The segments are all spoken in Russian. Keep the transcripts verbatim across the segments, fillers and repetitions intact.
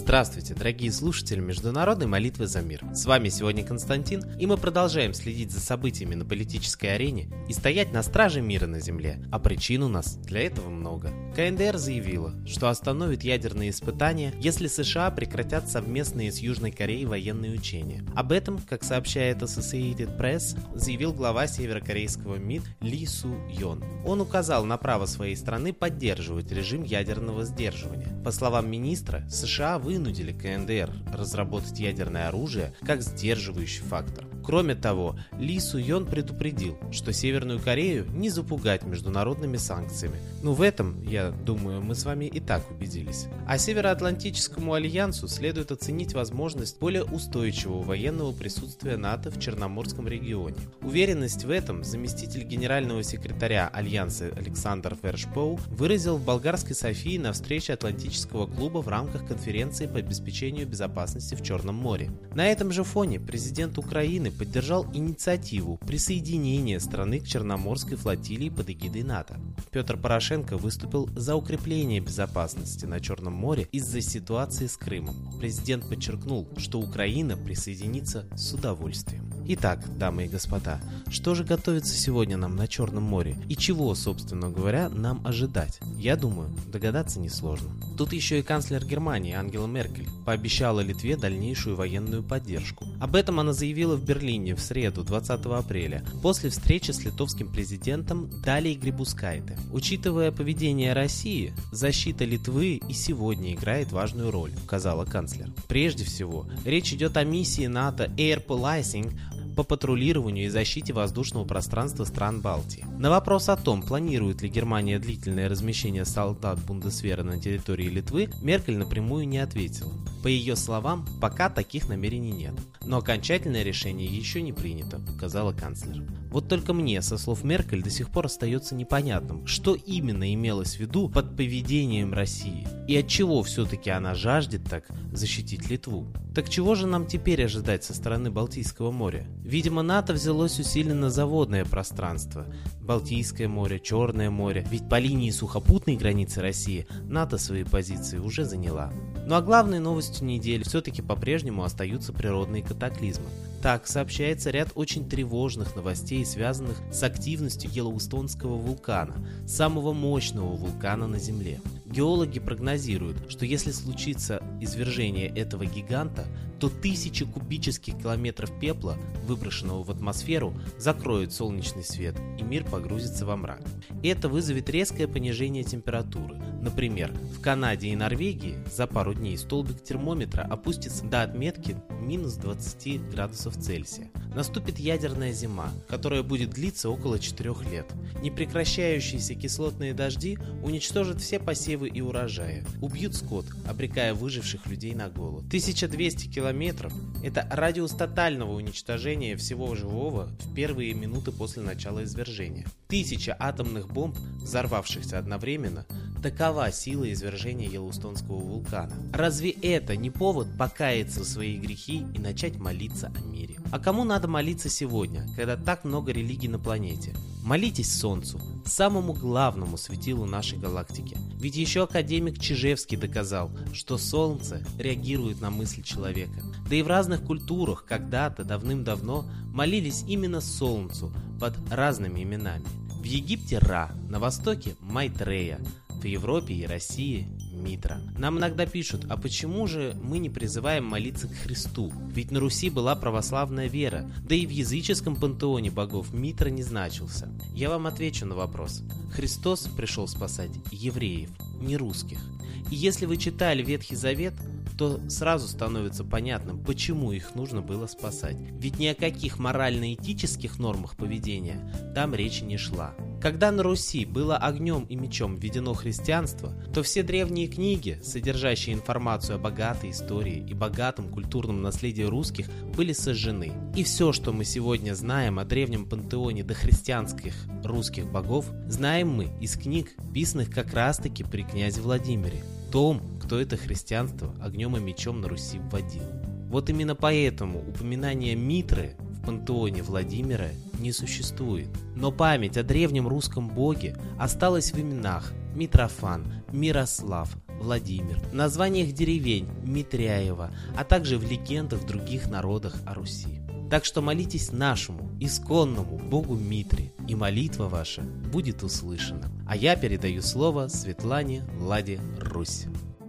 Здравствуйте, дорогие слушатели Международной молитвы за мир. С вами сегодня Константин, и мы продолжаем следить за событиями на политической арене и стоять на страже мира на Земле. А причин у нас для этого много. ка эн дэ эр заявила, что остановит ядерные испытания, если США прекратят совместные с Южной Кореей военные учения. Об этом, как сообщает Associated Press, заявил глава северокорейского МИД Ли Су Йон. Он указал на право своей страны поддерживать режим ядерного сдерживания. По словам министра, США вынудили ка эн дэ эр разработать ядерное оружие как сдерживающий фактор. Кроме того, Ли Су Йон предупредил, что Северную Корею не запугать международными санкциями. Ну, в этом, я думаю, мы с вами и так убедились. А Североатлантическому альянсу следует оценить возможность более устойчивого военного присутствия НАТО в Черноморском регионе. Уверенность в этом заместитель генерального секретаря альянса Александр Вершпоу выразил в болгарской Софии на встрече Атлантического клуба в рамках конференции по обеспечению безопасности в Черном море. На этом же фоне президент Украины поддержал инициативу присоединения страны к Черноморской флотилии под эгидой НАТО. Петр Порошенко выступил за укрепление безопасности на Черном море из-за ситуации с Крымом. Президент подчеркнул, что Украина присоединится с удовольствием. Итак, дамы и господа, что же готовится сегодня нам на Черном море и чего, собственно говоря, нам ожидать? Я думаю, догадаться несложно. Тут еще и канцлер Германии Ангела Меркель пообещала Литве дальнейшую военную поддержку. Об этом она заявила в Берлине в среду, двадцатого апреля, после встречи с литовским президентом Далией Грибускайте. Учитывая поведение России, защита Литвы и сегодня играет важную роль, указала канцлер. Прежде всего, речь идет о миссии НАТО Air Policing по патрулированию и защите воздушного пространства стран Балтии. На вопрос о том, планирует ли Германия длительное размещение солдат Бундесвера на территории Литвы, Меркель напрямую не ответила. По ее словам, пока таких намерений нет. Но окончательное решение еще не принято, указала канцлер. Вот только мне, со слов Меркель, до сих пор остается непонятным, что именно имелось в виду под поведением России и от чего все-таки она жаждет так защитить Литву. Так чего же нам теперь ожидать со стороны Балтийского моря? Видимо, НАТО взялось усиленно за водное пространство. Балтийское море, Черное море. Ведь по линии сухопутной границы России НАТО свои позиции уже заняла. Ну а главной новостью недели все-таки по-прежнему остаются природные катаклизмы. Так сообщается ряд очень тревожных новостей, связанных с активностью Йеллоустонского вулкана, самого мощного вулкана на Земле. Геологи прогнозируют, что если случится извержение этого гиганта, то тысячи кубических километров пепла, выброшенного в атмосферу, закроют солнечный свет, и мир погрузится во мрак. Это вызовет резкое понижение температуры. Например, в Канаде и Норвегии за пару дней столбик термометра опустится до отметки минус двадцать градусов Цельсия. Наступит ядерная зима, которая будет длиться около четырех лет. Непрекращающиеся кислотные дожди уничтожат все посевы и урожаи, убьют скот, обрекая выживших людей на голод. тысяча двести километров – это радиус тотального уничтожения всего живого в первые минуты после начала извержения. Тысяча атомных бомб, взорвавшихся одновременно, такова сила извержения Йеллоустонского вулкана. Разве это не повод покаяться в свои грехи и начать молиться о мире? А кому надо молиться сегодня, когда так много религий на планете? Молитесь Солнцу, самому главному светилу нашей галактики. Ведь еще академик Чижевский доказал, что Солнце реагирует на мысль человека. Да и в разных культурах когда-то давным-давно молились именно Солнцу под разными именами. В Египте Ра, на Востоке Майтрея, в Европе и России Митра. Нам иногда пишут, а почему же мы не призываем молиться к Христу? Ведь на Руси была православная вера, да и в языческом пантеоне богов Митра не значился. Я вам отвечу на вопрос. Христос пришел спасать евреев, не русских. И если вы читали Ветхий Завет, то сразу становится понятным, почему их нужно было спасать. Ведь ни о каких морально-этических нормах поведения там речи не шла. Когда на Руси было огнем и мечом введено христианство, то все древние книги, содержащие информацию о богатой истории и богатом культурном наследии русских, были сожжены. И все, что мы сегодня знаем о древнем пантеоне дохристианских русских богов, знаем мы из книг, писанных как раз-таки при князе Владимире, том, кто это христианство огнем и мечом на Руси вводил. Вот именно поэтому упоминание Митры в пантеоне Владимира не существует. Но память о древнем русском боге осталась в именах Митрофан, Мирослав, Владимир, в названиях деревень Митряево, а также в легендах других народах о Руси. Так что молитесь нашему, исконному Богу Митре, и молитва ваша будет услышана. А я передаю слово Светлане Ладе Русь.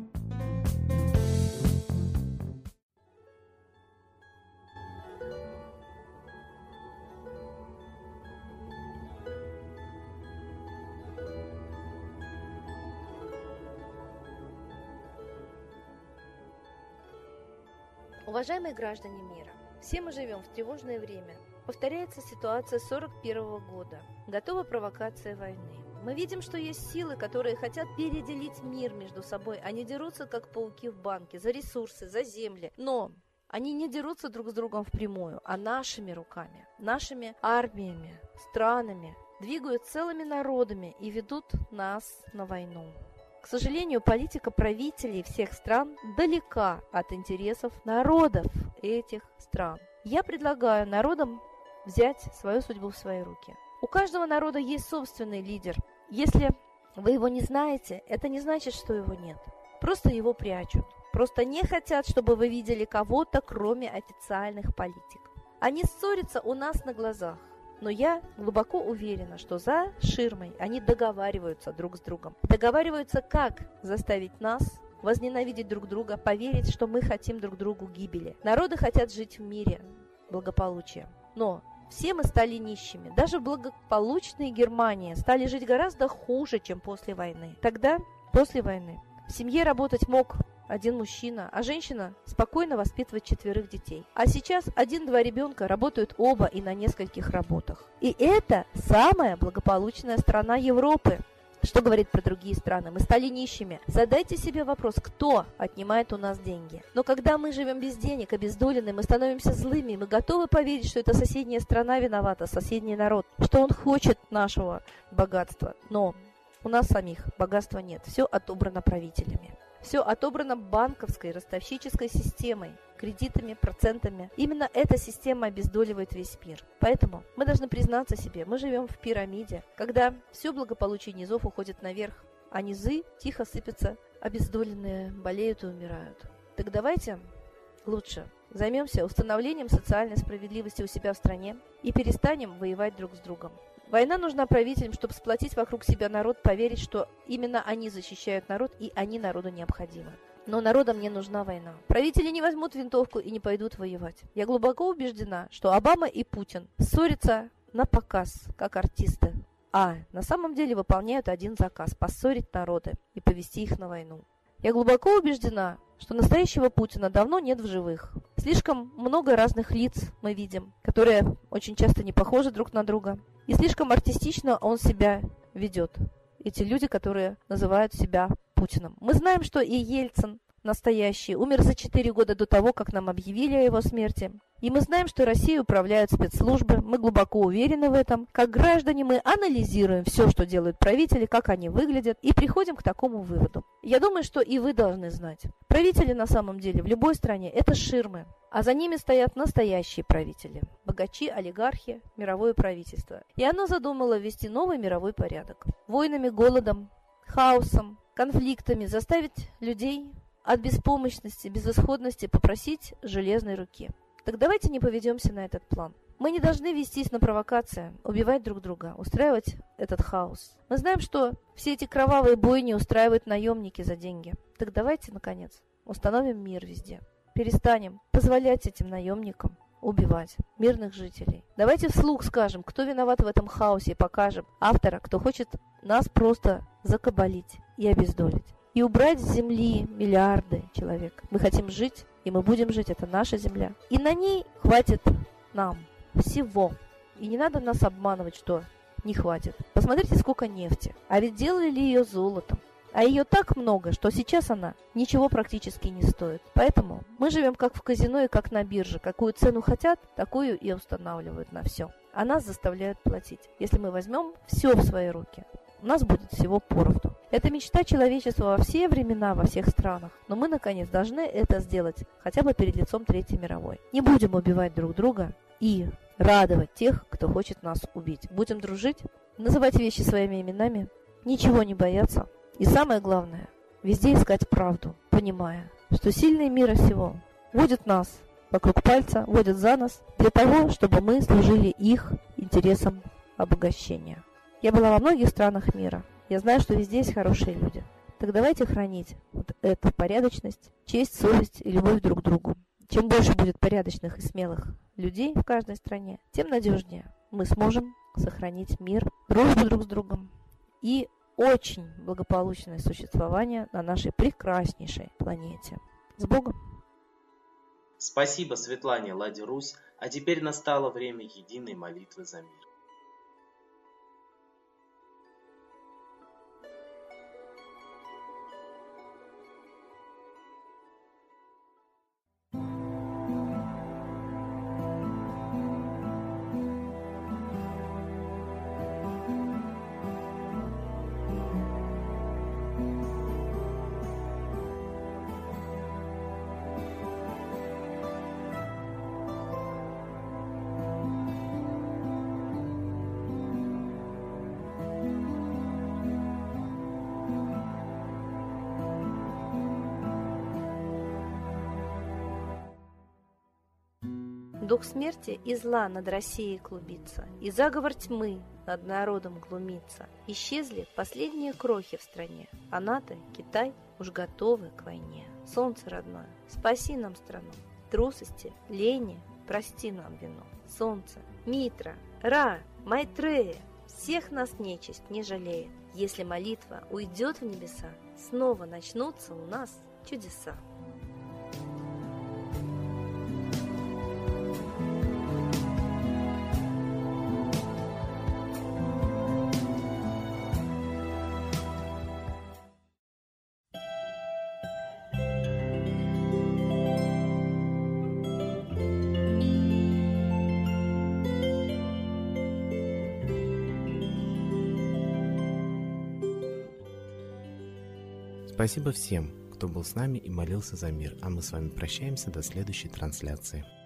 Уважаемые граждане мира, все мы живем в тревожное время. Повторяется ситуация сорок первого года. Готова провокация войны. Мы видим, что есть силы, которые хотят переделить мир между собой. Они дерутся, как пауки в банке, за ресурсы, за земли. Но они не дерутся друг с другом впрямую, а нашими руками, нашими армиями, странами, двигают целыми народами и ведут нас на войну. К сожалению, политика правителей всех стран далека от интересов народов этих стран. Я предлагаю народам взять свою судьбу в свои руки. У каждого народа есть собственный лидер. Если вы его не знаете, это не значит, что его нет. Просто его прячут. Просто не хотят, чтобы вы видели кого-то, кроме официальных политиков. Они ссорятся у нас на глазах. Но я глубоко уверена, что за ширмой они договариваются друг с другом. Договариваются, как заставить нас возненавидеть друг друга, поверить, что мы хотим друг другу гибели. Народы хотят жить в мире, благополучия. Но все мы стали нищими. Даже благополучные Германии стали жить гораздо хуже, чем после войны. Тогда, после войны, в семье работать мог один мужчина, а женщина спокойно воспитывает четверых детей. А сейчас один-два ребенка работают оба и на нескольких работах. И это самая благополучная страна Европы. Что говорит про другие страны? Мы стали нищими. Задайте себе вопрос, кто отнимает у нас деньги. Но когда мы живем без денег, обездолены, мы становимся злыми, мы готовы поверить, что это соседняя страна виновата, соседний народ, что он хочет нашего богатства. Но у нас самих богатства нет. Все отобрано правителями. Все отобрано банковской, ростовщической системой, кредитами, процентами. Именно эта система обездоливает весь мир. Поэтому мы должны признаться себе, мы живем в пирамиде, когда все благополучие низов уходит наверх, а низы тихо сыпятся, обездоленные болеют и умирают. Так давайте лучше займемся установлением социальной справедливости у себя в стране и перестанем воевать друг с другом. Война нужна правителям, чтобы сплотить вокруг себя народ, поверить, что именно они защищают народ и они народу необходимы. Но народам не нужна война. Правители не возьмут винтовку и не пойдут воевать. Я глубоко убеждена, что Обама и Путин ссорятся на показ, как артисты. А на самом деле выполняют один заказ – поссорить народы и повести их на войну. Я глубоко убеждена, что настоящего Путина давно нет в живых. Слишком много разных лиц мы видим, которые очень часто не похожи друг на друга. И слишком артистично он себя ведет. Эти люди, которые называют себя Путиным. Мы знаем, что и Ельцин настоящий умер за четыре года до того, как нам объявили о его смерти. И мы знаем, что Россией управляют спецслужбы. Мы глубоко уверены в этом. Как граждане мы анализируем все, что делают правители, как они выглядят, и приходим к такому выводу. Я думаю, что и вы должны знать. Правители на самом деле в любой стране – это ширмы. А за ними стоят настоящие правители. Богачи, олигархи, мировое правительство. И оно задумало ввести новый мировой порядок. Войнами, голодом, хаосом, конфликтами заставить людей от беспомощности, безысходности попросить железной руки. Так давайте не поведемся на этот план. Мы не должны вестись на провокации, убивать друг друга, устраивать этот хаос. Мы знаем, что все эти кровавые бойни устраивают наемники за деньги. Так давайте, наконец, установим мир везде. Перестанем позволять этим наемникам убивать мирных жителей. Давайте вслух скажем, кто виноват в этом хаосе, и покажем автора, кто хочет нас просто закабалить и обездолить. И убрать с земли миллиарды человек. Мы хотим жить, и мы будем жить, это наша земля. И на ней хватит нам всего. И не надо нас обманывать, что не хватит. Посмотрите, сколько нефти. А ведь делали ли ее золотом? А ее так много, что сейчас она ничего практически не стоит. Поэтому мы живем как в казино и как на бирже. Какую цену хотят, такую и устанавливают на все. А нас заставляют платить. Если мы возьмем все в свои руки, у нас будет всего поровну. Это мечта человечества во все времена, во всех странах. Но мы, наконец, должны это сделать хотя бы перед лицом Третьей мировой. Не будем убивать друг друга и радовать тех, кто хочет нас убить. Будем дружить, называть вещи своими именами, ничего не бояться. И самое главное, везде искать правду, понимая, что сильные мира сего водят нас вокруг пальца, водят за нос для того, чтобы мы служили их интересам обогащения. Я была во многих странах мира. Я знаю, что везде есть хорошие люди. Так давайте хранить вот эту порядочность, честь, совесть и любовь друг к другу. Чем больше будет порядочных и смелых людей в каждой стране, тем надежнее мы сможем сохранить мир, дружбу друг с другом и очень благополучное существование на нашей прекраснейшей планете. С Богом! Спасибо Светлане Ладе Русь, а теперь настало время единой молитвы за мир. Дух смерти и зла над Россией клубится, и заговор тьмы над народом глумится. Исчезли последние крохи в стране, а НАТО, Китай уж готовы к войне. Солнце родное, спаси нам страну, трусости, лени, прости нам вину. Солнце, Митра, Ра, Майтрея, всех нас нечисть не жалеет. Если молитва уйдет в небеса, снова начнутся у нас чудеса. Спасибо всем, кто был с нами и молился за мир, а мы с вами прощаемся до следующей трансляции.